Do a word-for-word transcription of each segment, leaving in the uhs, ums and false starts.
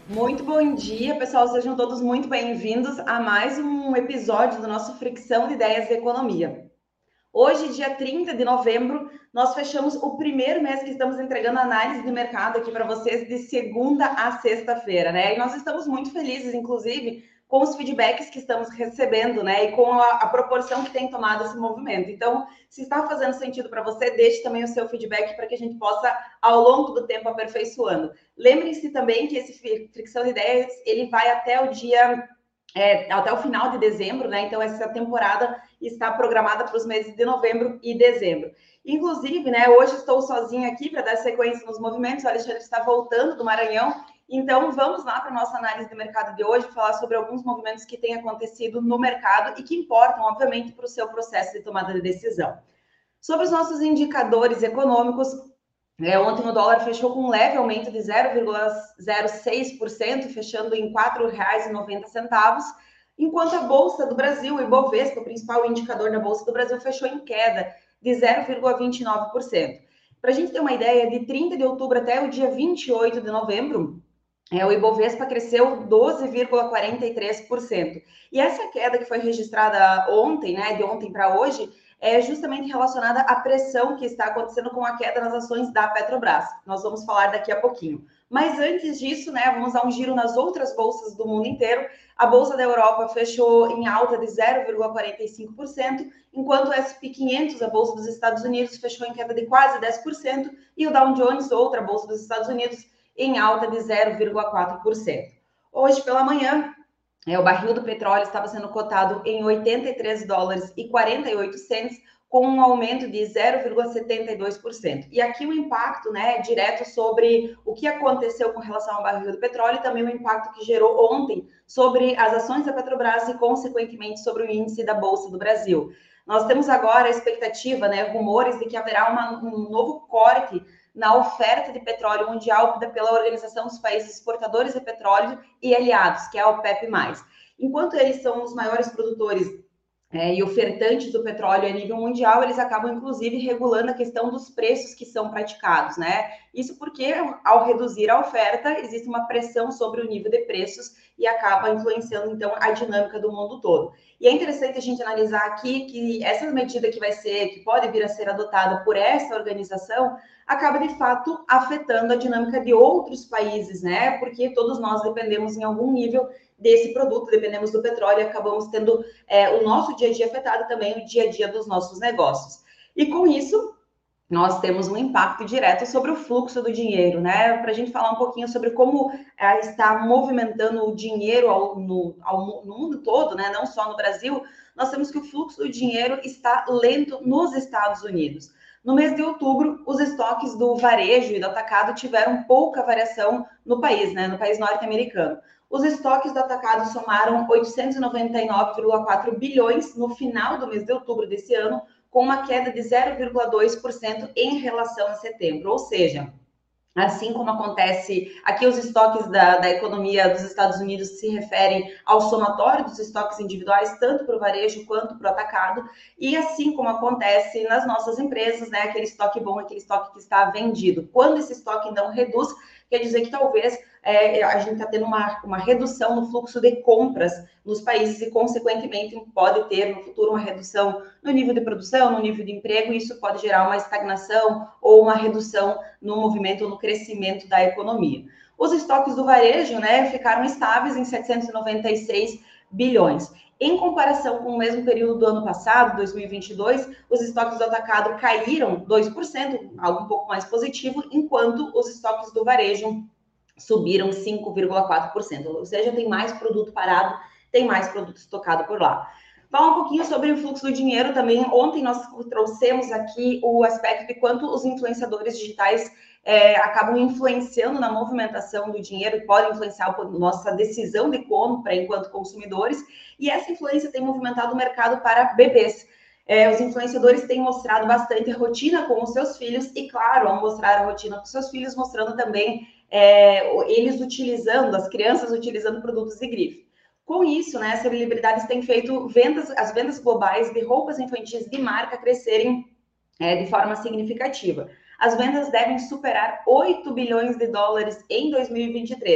Muito bom dia, pessoal. Sejam todos muito bem-vindos a mais um episódio do nosso Fricção de Ideias de Economia. Hoje, dia trinta de novembro, nós fechamos o primeiro mês que estamos entregando análise de mercado aqui para vocês de segunda a sexta-feira, né? E nós estamos muito felizes, inclusive, com os feedbacks que estamos recebendo, né? E com a, a proporção que tem tomado esse movimento. Então, se está fazendo sentido para você, deixe também o seu feedback para que a gente possa, ao longo do tempo, aperfeiçoando. Lembrem-se também que esse Fricção de Ideias, ele vai até o dia é, até o final de dezembro, né? Então, essa temporada está programada para os meses de novembro e dezembro. Inclusive, né, hoje estou sozinha aqui para dar sequência nos movimentos. O Alexandre está voltando do Maranhão. Então, vamos lá para a nossa análise de mercado de hoje, falar sobre alguns movimentos que têm acontecido no mercado e que importam, obviamente, para o seu processo de tomada de decisão. Sobre os nossos indicadores econômicos, é, ontem o dólar fechou com um leve aumento de zero vírgula zero seis por cento, fechando em quatro reais e noventa centavos, enquanto a Bolsa do Brasil, o Ibovespa, o principal indicador da Bolsa do Brasil, fechou em queda de zero vírgula vinte e nove por cento. Para a gente ter uma ideia, de trinta de outubro até o dia vinte e oito de novembro, é, o Ibovespa cresceu doze vírgula quarenta e três por cento. E essa queda que foi registrada ontem, né, de ontem para hoje, é justamente relacionada à pressão que está acontecendo com a queda nas ações da Petrobras. Nós vamos falar daqui a pouquinho. Mas antes disso, né, vamos dar um giro nas outras bolsas do mundo inteiro. A Bolsa da Europa fechou em alta de zero vírgula quarenta e cinco por cento, enquanto o S e P quinhentos, a Bolsa dos Estados Unidos, fechou em queda de quase dez por cento, e o Dow Jones, outra Bolsa dos Estados Unidos, em alta de zero vírgula quatro por cento. Hoje pela manhã, é, o barril do petróleo estava sendo cotado em oitenta e três dólares e quarenta e oito centavos, com um aumento de zero vírgula setenta e dois por cento. E aqui o impacto, né, direto sobre o que aconteceu com relação ao barril do petróleo e também o impacto que gerou ontem sobre as ações da Petrobras e, consequentemente, sobre o índice da Bolsa do Brasil. Nós temos agora a expectativa, né, rumores de que haverá uma, um novo corte na oferta de petróleo mundial pela Organização dos Países Exportadores de Petróleo e Aliados, que é a OPEP mais. Enquanto eles são os maiores produtores é, e ofertantes do petróleo a nível mundial, eles acabam, inclusive, regulando a questão dos preços que são praticados, né? Isso porque, ao reduzir a oferta, existe uma pressão sobre o nível de preços e acaba influenciando, então, a dinâmica do mundo todo. E é interessante a gente analisar aqui que essa medida que vai ser, que pode vir a ser adotada por essa organização, acaba, de fato, afetando a dinâmica de outros países, né? Porque todos nós dependemos, em algum nível, desse produto, dependemos do petróleo e acabamos tendo é, o nosso dia a dia afetado, também o dia a dia dos nossos negócios. E com isso, nós temos um impacto direto sobre o fluxo do dinheiro, né? Para a gente falar um pouquinho sobre como é, está movimentando o dinheiro ao, no, ao, no mundo todo, né? Não só no Brasil, nós temos que o fluxo do dinheiro está lento nos Estados Unidos. No mês de outubro, os estoques do varejo e do atacado tiveram pouca variação no país, né? No país norte-americano. Os estoques do atacado somaram oitocentos e noventa e nove vírgula quatro bilhões no final do mês de outubro desse ano, com uma queda de zero vírgula dois por cento em relação a setembro. Ou seja, assim como acontece aqui, os estoques da, da economia dos Estados Unidos se referem ao somatório dos estoques individuais, tanto para o varejo quanto para o atacado, e assim como acontece nas nossas empresas, né, aquele estoque bom, aquele estoque que está vendido. Quando esse estoque não reduz, quer dizer que talvez é, a gente está tendo uma, uma redução no fluxo de compras nos países e, consequentemente, pode ter no futuro uma redução no nível de produção, no nível de emprego, e isso pode gerar uma estagnação ou uma redução no movimento, no crescimento da economia. Os estoques do varejo, né, ficaram estáveis em setecentos e noventa e seis bilhões. Em comparação com o mesmo período do ano passado, dois mil e vinte e dois, os estoques do atacado caíram dois por cento, algo um pouco mais positivo, enquanto os estoques do varejo subiram cinco vírgula quatro por cento. Ou seja, tem mais produto parado, tem mais produto estocado por lá. Falar um pouquinho sobre o fluxo do dinheiro também. Ontem nós trouxemos aqui o aspecto de quanto os influenciadores digitais é, acabam influenciando na movimentação do dinheiro e podem influenciar a nossa decisão de compra enquanto consumidores. E essa influência tem movimentado o mercado para bebês. É, os influenciadores têm mostrado bastante rotina com os seus filhos e, claro, ao mostrar a rotina com os seus filhos, mostrando também é, eles utilizando, as crianças utilizando produtos de grife. Com isso, né, as celebridades têm feito vendas, as vendas globais de roupas infantis de marca crescerem é, de forma significativa. As vendas devem superar oito bilhões de dólares em dois mil e vinte e três.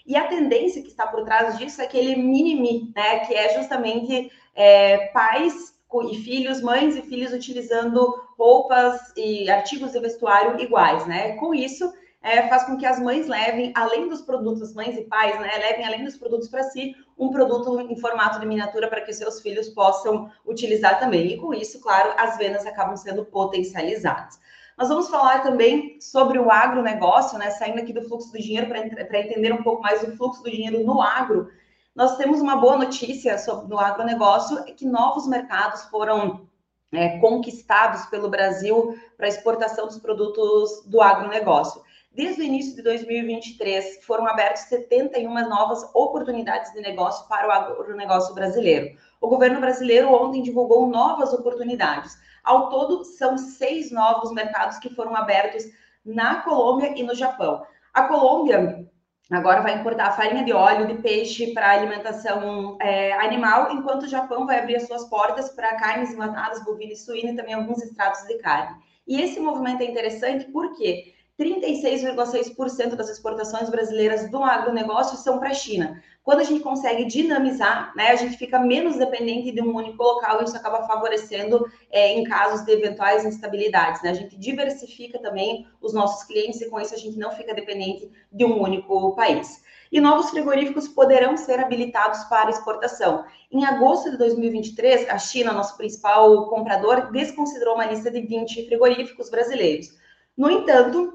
E a tendência que está por trás disso é aquele mini-me, né, que é justamente é, pais e filhos, mães e filhos utilizando roupas e artigos de vestuário iguais, né? Com isso, é, faz com que as mães levem, além dos produtos, mães e pais, né, levem além dos produtos para si, um produto em formato de miniatura para que seus filhos possam utilizar também. E com isso, claro, as vendas acabam sendo potencializadas. Nós vamos falar também sobre o agronegócio, né, saindo aqui do fluxo do dinheiro para entender um pouco mais do fluxo do dinheiro no agro. Nós temos uma boa notícia sobre o agronegócio, é que novos mercados foram é, conquistados pelo Brasil para exportação dos produtos do agronegócio. Desde o início de dois mil e vinte e três, foram abertas setenta e uma novas oportunidades de negócio para o agronegócio brasileiro. O governo brasileiro ontem divulgou novas oportunidades. Ao todo, são seis novos mercados que foram abertos na Colômbia e no Japão. A Colômbia agora vai importar farinha de óleo de peixe para alimentação é, animal, enquanto o Japão vai abrir as suas portas para carnes enlatadas, bovina e suína e também alguns extratos de carne. E esse movimento é interessante porque trinta e seis vírgula seis por cento das exportações brasileiras do agronegócio são para a China. Quando a gente consegue dinamizar, né, a gente fica menos dependente de um único local e isso acaba favorecendo é, em casos de eventuais instabilidades. Né? A gente diversifica também os nossos clientes e com isso a gente não fica dependente de um único país. E novos frigoríficos poderão ser habilitados para exportação. Em agosto de dois mil e vinte e três, a China, nosso principal comprador, desconsiderou uma lista de vinte frigoríficos brasileiros. No entanto,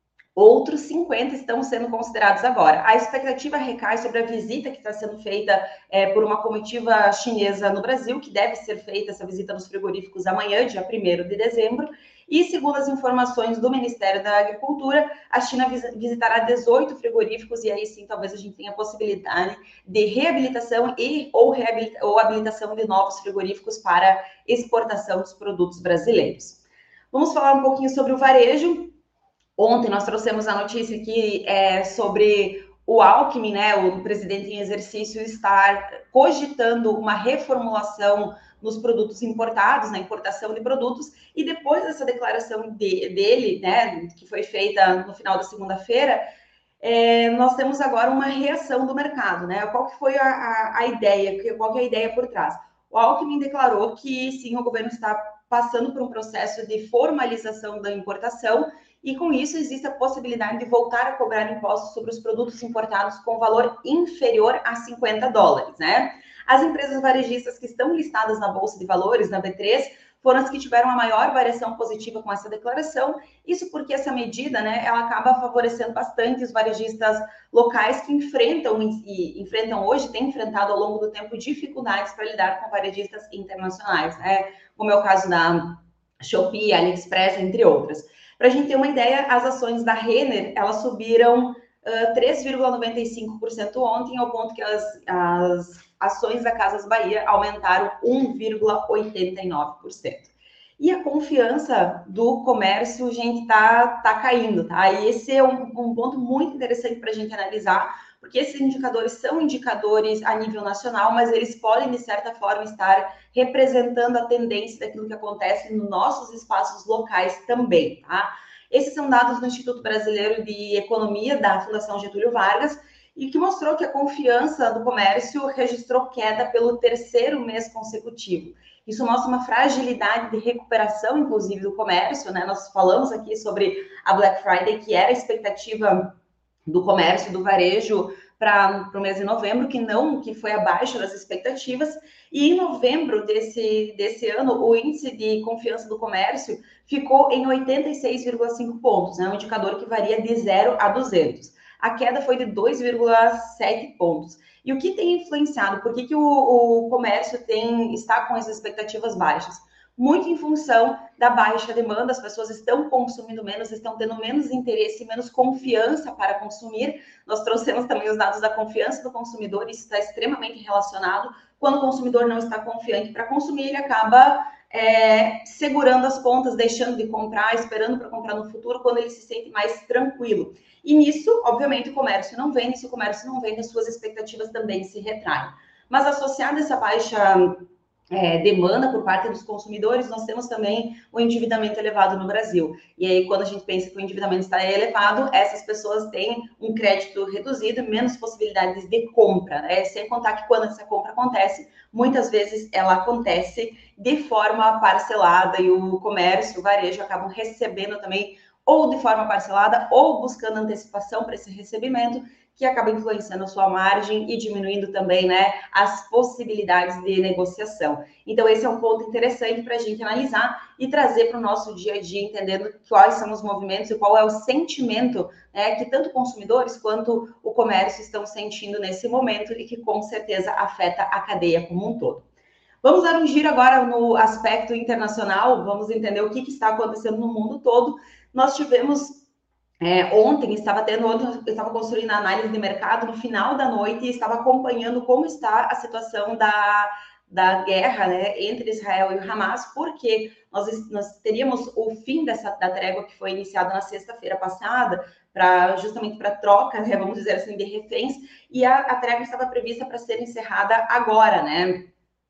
outros cinquenta estão sendo considerados agora. A expectativa recai sobre a visita que está sendo feita é, por uma comitiva chinesa no Brasil, que deve ser feita essa visita nos frigoríficos amanhã, dia primeiro de dezembro. E, segundo as informações do Ministério da Agricultura, a China visitará dezoito frigoríficos e aí sim talvez a gente tenha a possibilidade de reabilitação e ou, reabilita, ou habilitação de novos frigoríficos para exportação dos produtos brasileiros. Vamos falar um pouquinho sobre o varejo. Ontem nós trouxemos a notícia aqui é, sobre o Alckmin, né, o presidente em exercício, estar cogitando uma reformulação nos produtos importados, na importação de produtos, e depois dessa declaração de, dele, né, que foi feita no final da segunda-feira, é, nós temos agora uma reação do mercado, né? Qual que foi a, a, a ideia, qual que é a ideia por trás? O Alckmin declarou que sim, o governo está passando por um processo de formalização da importação e com isso existe a possibilidade de voltar a cobrar impostos sobre os produtos importados com valor inferior a cinquenta dólares, né? As empresas varejistas que estão listadas na Bolsa de Valores, na B três, foram as que tiveram a maior variação positiva com essa declaração. Isso porque essa medida, né, ela acaba favorecendo bastante os varejistas locais que enfrentam e enfrentam hoje, têm enfrentado ao longo do tempo dificuldades para lidar com varejistas internacionais, né? Como é o caso da Shopee, AliExpress, entre outras. Para a gente ter uma ideia, as ações da Renner, elas subiram uh, três vírgula noventa e cinco por cento ontem, ao ponto que as, as ações da Casas Bahia aumentaram um vírgula oitenta e nove por cento. E a confiança do comércio, gente, tá, tá caindo, tá? E esse é um, um ponto muito interessante para a gente analisar, porque esses indicadores são indicadores a nível nacional, mas eles podem, de certa forma, estar representando a tendência daquilo que acontece nos nossos espaços locais também, tá? Esses são dados do Instituto Brasileiro de Economia, da Fundação Getúlio Vargas, e que mostrou que a confiança do comércio registrou queda pelo terceiro mês consecutivo. Isso mostra uma fragilidade de recuperação, inclusive, do comércio, né? Nós falamos aqui sobre a Black Friday, que era a expectativa do comércio, do varejo, para o mês de novembro, que não, que foi abaixo das expectativas, e em novembro desse, desse ano, o índice de confiança do comércio ficou em oitenta e seis vírgula cinco pontos, né? Um indicador que varia de zero a duzentos. A queda foi de dois vírgula sete pontos. E o que tem influenciado? Por que, que o, o comércio tem, está com as expectativas baixas? Muito em função da baixa demanda, as pessoas estão consumindo menos, estão tendo menos interesse, menos confiança para consumir. Nós trouxemos também os dados da confiança do consumidor, isso está extremamente relacionado. Quando o consumidor não está confiante para consumir, ele acaba é, segurando as pontas, deixando de comprar, esperando para comprar no futuro, quando ele se sente mais tranquilo. E nisso, obviamente, o comércio não vende, se o comércio não vende, as suas expectativas também se retraem. Mas associado a essa baixa É, demanda por parte dos consumidores, nós temos também o endividamento elevado no Brasil. E aí, quando a gente pensa que o endividamento está elevado, essas pessoas têm um crédito reduzido e menos possibilidades de compra, né? Sem contar que quando essa compra acontece, muitas vezes ela acontece de forma parcelada e o comércio, o varejo acabam recebendo também ou de forma parcelada ou buscando antecipação para esse recebimento, que acaba influenciando a sua margem e diminuindo também, né, as possibilidades de negociação. Então, esse é um ponto interessante para a gente analisar e trazer para o nosso dia a dia, entendendo quais são os movimentos e qual é o sentimento, né, que tanto consumidores quanto o comércio estão sentindo nesse momento e que, com certeza, afeta a cadeia como um todo. Vamos dar um giro agora no aspecto internacional, vamos entender o que, que está acontecendo no mundo todo. Nós tivemos É, ontem estava tendo, ontem eu estava construindo a análise de mercado no final da noite e estava acompanhando como está a situação da, da guerra, né, entre Israel e o Hamas, porque nós, nós teríamos o fim dessa, da trégua que foi iniciada na sexta-feira passada, para justamente para troca, né, vamos dizer assim, de reféns, e a, a trégua estava prevista para ser encerrada agora, né,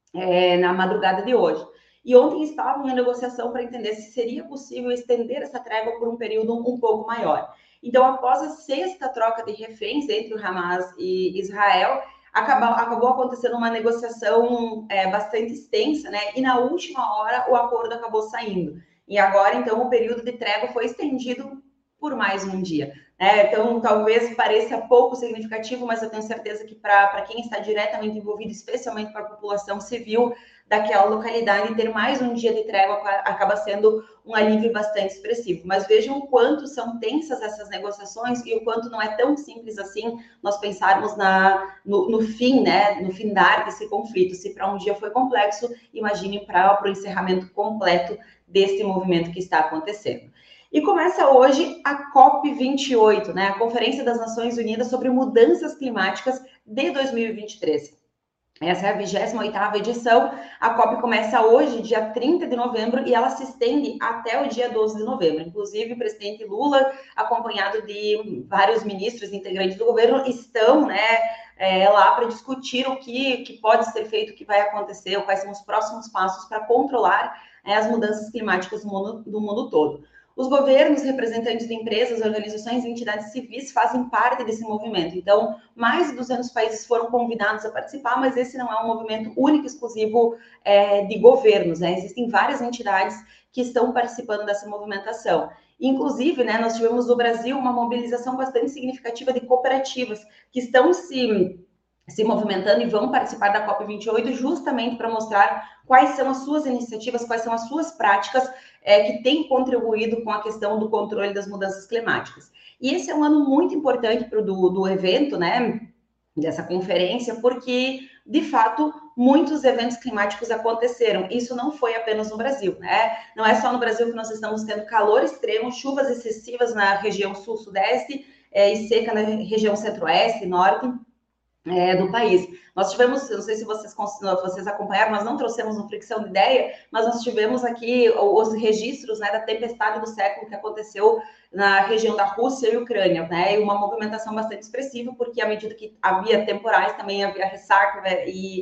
é, na madrugada de hoje. E ontem estavam em negociação para entender se seria possível estender essa trégua por um período um pouco maior. Então, após a sexta troca de reféns entre o Hamas e Israel, acabou, acabou acontecendo uma negociação é, bastante extensa, né? E na última hora o acordo acabou saindo. E agora, então, o período de trégua foi estendido por mais um dia. É, então, talvez pareça pouco significativo, mas eu tenho certeza que para quem está diretamente envolvido, especialmente para a população civil daquela localidade, ter mais um dia de trégua acaba sendo um alívio bastante expressivo. Mas vejam o quanto são tensas essas negociações e o quanto não é tão simples assim nós pensarmos na, no, no fim, né, no findar desse conflito. Se para um dia foi complexo, imagine para o encerramento completo desse movimento que está acontecendo. E começa hoje a COP vinte e oito, né, a Conferência das Nações Unidas sobre Mudanças Climáticas de dois mil e vinte e três. Essa é a vigésima oitava edição. A COP começa hoje, dia trinta de novembro, e ela se estende até o dia doze de novembro. Inclusive, o presidente Lula, acompanhado de vários ministros integrantes do governo, estão, né, é, lá para discutir o que, que pode ser feito, o que vai acontecer, quais são os próximos passos para controlar, é, as mudanças climáticas do mundo, do mundo todo. Os governos, representantes de empresas, organizações e entidades civis fazem parte desse movimento. Então, mais de duzentos países foram convidados a participar, mas esse não é um movimento único, exclusivo é, de governos, né? Existem várias entidades que estão participando dessa movimentação. Inclusive, né, nós tivemos no Brasil uma mobilização bastante significativa de cooperativas que estão se se movimentando e vão participar da COP vinte e oito justamente para mostrar quais são as suas iniciativas, quais são as suas práticas é, que têm contribuído com a questão do controle das mudanças climáticas. E esse é um ano muito importante pro, do, do evento, né, dessa conferência, porque, de fato, muitos eventos climáticos aconteceram. Isso não foi apenas no Brasil, né? Não é só no Brasil que nós estamos tendo calor extremo, chuvas excessivas na região sul-sudeste é, e seca na região centro-oeste, norte, É, do país. Nós tivemos, não sei se vocês, vocês acompanharam, nós não trouxemos no Fricção de Ideia, mas nós tivemos aqui os registros, né, da tempestade do século que aconteceu na região da Rússia e Ucrânia, né, e uma movimentação bastante expressiva, porque à medida que havia temporais, também havia ressaca, né, e,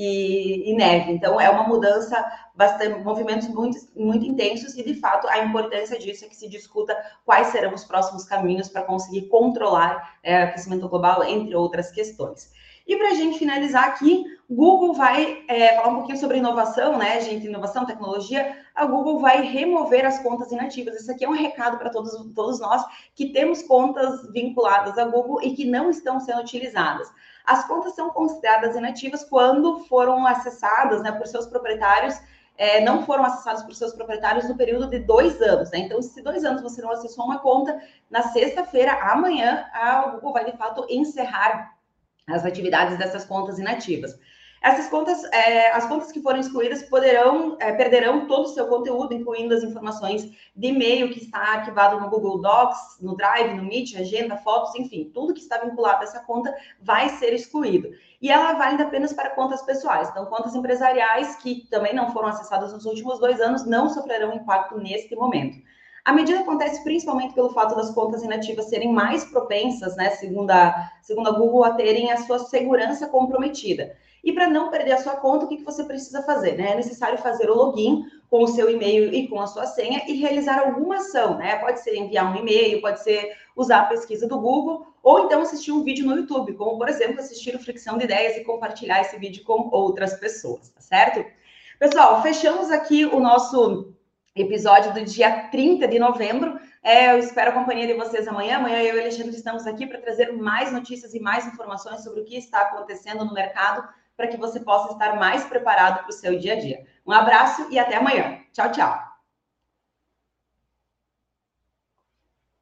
e, e neve. Então, é uma mudança, bastante, movimentos muito, muito intensos, e de fato a importância disso é que se discuta quais serão os próximos caminhos para conseguir controlar é, o aquecimento global, entre outras questões. E para a gente finalizar aqui, Google vai é, falar um pouquinho sobre inovação, né, gente? Inovação, tecnologia. A Google vai remover as contas inativas. Isso aqui é um recado para todos, todos nós que temos contas vinculadas a Google e que não estão sendo utilizadas. As contas são consideradas inativas quando foram acessadas, né, por seus proprietários. É, não foram acessados por seus proprietários no período de dois anos, né? Então, se dois anos você não acessou uma conta, na sexta-feira, amanhã, a Google vai, de fato, encerrar as atividades dessas contas inativas. Essas contas, é, as contas que forem excluídas poderão, é, perderão todo o seu conteúdo, incluindo as informações de e-mail que está arquivado no Google Docs, no Drive, no Meet, agenda, fotos, enfim, tudo que está vinculado a essa conta vai ser excluído. E ela é válida apenas para contas pessoais. Então, contas empresariais que também não foram acessadas nos últimos dois anos não sofrerão impacto neste momento. A medida acontece principalmente pelo fato das contas inativas serem mais propensas, né, segundo a, segundo a Google, a terem a sua segurança comprometida. E para não perder a sua conta, o que, que você precisa fazer? Né? É necessário fazer o login com o seu e-mail e com a sua senha e realizar alguma ação, né? Pode ser enviar um e-mail, pode ser usar a pesquisa do Google, ou então assistir um vídeo no YouTube, como, por exemplo, assistir o Fricção de Ideias e compartilhar esse vídeo com outras pessoas, tá certo? Pessoal, fechamos aqui o nosso episódio do dia trinta de novembro. É, eu espero a companhia de vocês amanhã. Amanhã eu e o Alexandre estamos aqui para trazer mais notícias e mais informações sobre o que está acontecendo no mercado, para que você possa estar mais preparado para o seu dia a dia. Um abraço e até amanhã. Tchau, tchau.